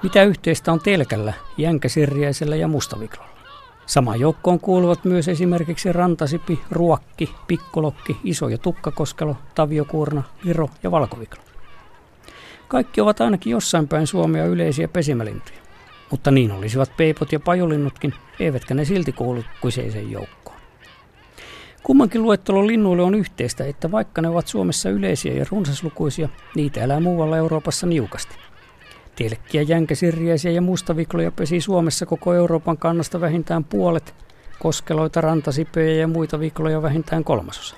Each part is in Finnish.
Mitä yhteistä on telkällä, jänkäsirjäisellä ja mustaviklolla? Samaan joukkoon kuuluvat myös esimerkiksi rantasipi, ruokki, pikkulokki, iso- ja tukkakoskelo, taviokuurna, viro ja valkoviklo. Kaikki ovat ainakin jossain päin Suomea yleisiä pesimälintuja, mutta niin olisivat peipot ja pajulinnutkin, eivätkä ne silti kuulu kyseiseen joukkoon. Kummankin luettelon linnuille on yhteistä, että vaikka ne ovat Suomessa yleisiä ja runsaslukuisia, niitä elää muualla Euroopassa niukasti. Telkkiä, jänkäsirjäisiä ja mustavikloja pesii Suomessa koko Euroopan kannasta vähintään puolet, koskeloita, rantasipöjä ja muita vikloja vähintään 1/3.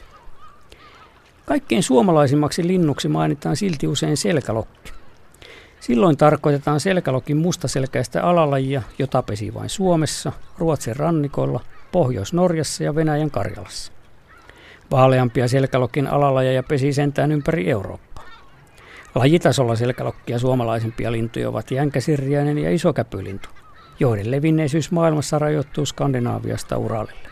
Kaikkein suomalaisimmaksi linnuksi mainitaan silti usein selkälokki. Silloin tarkoitetaan selkälokin mustaselkäistä alalajia, jota pesii vain Suomessa, Ruotsin rannikoilla, Pohjois-Norjassa ja Venäjän Karjalassa. Vaaleampia selkälokin alalajeja pesii sentään ympäri Eurooppaa. Lajitasolla selkälokkia suomalaisimpia lintuja ovat jänkäsirjäinen ja isokäpylintu, joiden levinneisyys maailmassa rajoittuu Skandinaaviasta Uralille.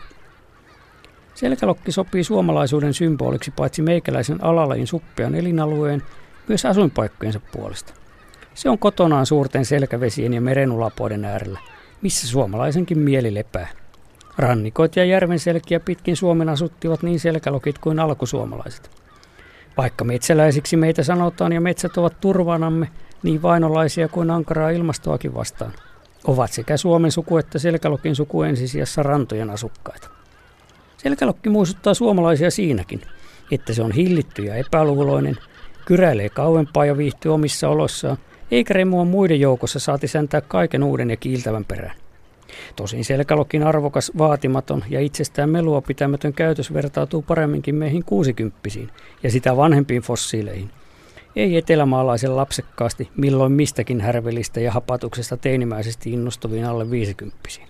Selkälokki sopii suomalaisuuden symboliksi paitsi meikäläisen alalajin suppean elinalueen, myös asuinpaikkojensa puolesta. Se on kotonaan suurten selkävesien ja merenulapoiden äärellä, missä suomalaisenkin mieli lepää. Rannikoit ja järvenselkiä pitkin Suomen asuttivat niin selkälokit kuin alkusuomalaiset. Vaikka metsäläisiksi meitä sanotaan ja metsät ovat turvanamme, niin vainolaisia kuin ankaraa ilmastoakin vastaan, ovat sekä Suomen suku että selkälokin suku ensisijassa rantojen asukkaita. Selkälokki muistuttaa suomalaisia siinäkin, että se on hillitty ja epäluuloinen, kyräilee kauempaa ja viihtyy omissa oloissaan, eikä remua muiden joukossa saati säntää kaiken uuden ja kiiltävän perään. Tosin selkälokin arvokas, vaatimaton ja itsestään melua pitämätön käytös vertautuu paremminkin meihin 60-vuotiaisiin ja sitä vanhempiin fossiileihin. Ei etelämaalaisen lapsekkaasti milloin mistäkin härvelistä ja hapatuksesta teinimäisesti innostuviin alle 50-vuotiaisiin.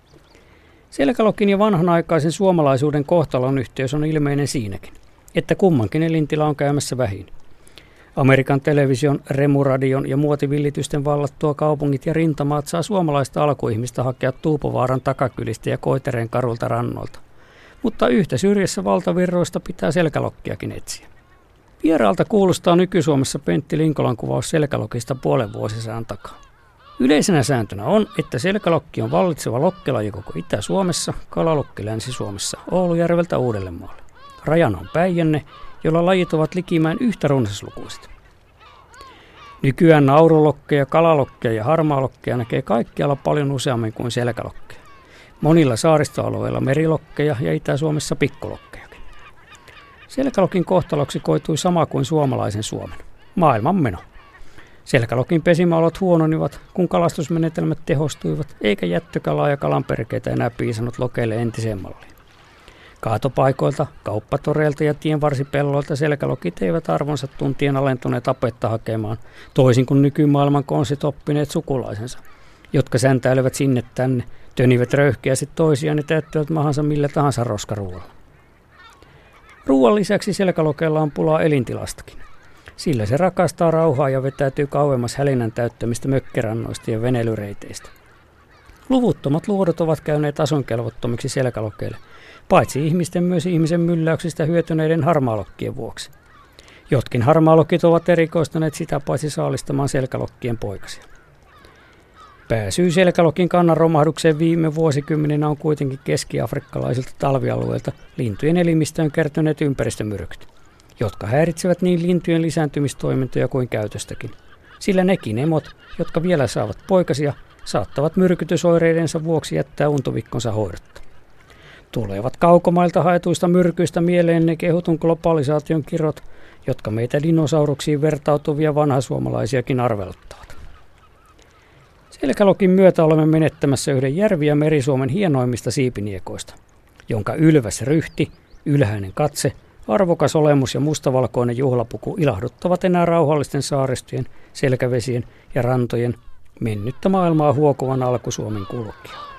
Selkälokin ja vanhanaikaisen suomalaisuuden kohtalon yhteys on ilmeinen siinäkin, että kummankin elintila on käymässä vähin. Amerikan television, remuradion ja muotivillitysten vallattua kaupungit ja rintamaat saa suomalaista alkuihmistä hakea Tuupovaaran takakylistä ja Koitereen karulta rannoilta. Mutta yhtä syrjässä valtavirroista pitää selkälokkiakin etsiä. Vieraalta kuulostaa nyky-Suomessa Pentti Linkolan kuvaus selkälokista puolen vuosisadan takaa. Yleisenä sääntönä on, että selkälokki on vallitseva lokkelaji koko Itä-Suomessa, kalalokki Länsi-Suomessa, Oulujärveltä Uudellemaalle. Rajana on Päijänne, jolla lajit ovat likimään yhtä runsaslukuiset. Nykyään naurulokkeja, kalalokkeja ja harmaalokkeja näkee kaikkialla paljon useammin kuin selkälokkeja. Monilla saaristoalueilla merilokkeja ja Itä-Suomessa pikkulokkejakin. Selkälokin kohtaloksi koitui sama kuin suomalaisen Suomen. Maailmanmeno. Selkälokin pesimäolot huononivat, kun kalastusmenetelmät tehostuivat, eikä jättökalaa ja kalanperkeitä enää piisannut lokeille entiseen malliin. Kaatopaikoilta, kauppatoreilta ja tienvarsipelloilta selkälokit eivät arvonsa tuntien alentuneet apetta hakemaan, toisin kuin nykymaailman konstit oppineet sukulaisensa, jotka säntäilevät sinne tänne, tönivät röyhkeästi toisiaan ja täyttävät mahansa millä tahansa roskaruualla. Ruoan lisäksi selkälokeilla on pulaa elintilastakin. Sillä se rakastaa rauhaa ja vetäytyy kauemmas hälinän täyttämistä mökkirannoista ja veneilyreiteistä. Luvuttomat luodot ovat käyneet asuinkelvottomiksi selkälokeille, paitsi ihmisten myös ihmisen mylläyksistä hyötyneiden harmaalokkien vuoksi. Jotkin harmaalokit ovat erikoistuneet sitä paitsi saalistamaan selkälokkien poikasia. Pääsyy selkälokin kannan romahdukseen viime vuosikymmeninä on kuitenkin keski-afrikkalaisilta talvialueilta lintujen elimistöön kertyneet ympäristömyrkyt, jotka häiritsevät niin lintujen lisääntymistoimintoja kuin käytöstäkin. Sillä nekin emot, jotka vielä saavat poikasia, saattavat myrkytysoireidensa vuoksi jättää untuvikkonsa hoidotta. Tulevat kaukomailta haetuista myrkyistä mieleen ne kehutun globalisaation kirot, jotka meitä dinosauruksiin vertautuvia vanhasuomalaisiakin arveluttavat. Selkälokin myötä olemme menettämässä yhden järvi- ja meri-Suomen hienoimmista siipiniekoista, jonka ylväs ryyhti, ylhäinen katse, arvokas olemus ja mustavalkoinen juhlapuku ilahduttavat enää rauhallisten saaristojen, selkävesien ja rantojen mennyttä maailmaa huokuvan alkusuomen kulkijaa.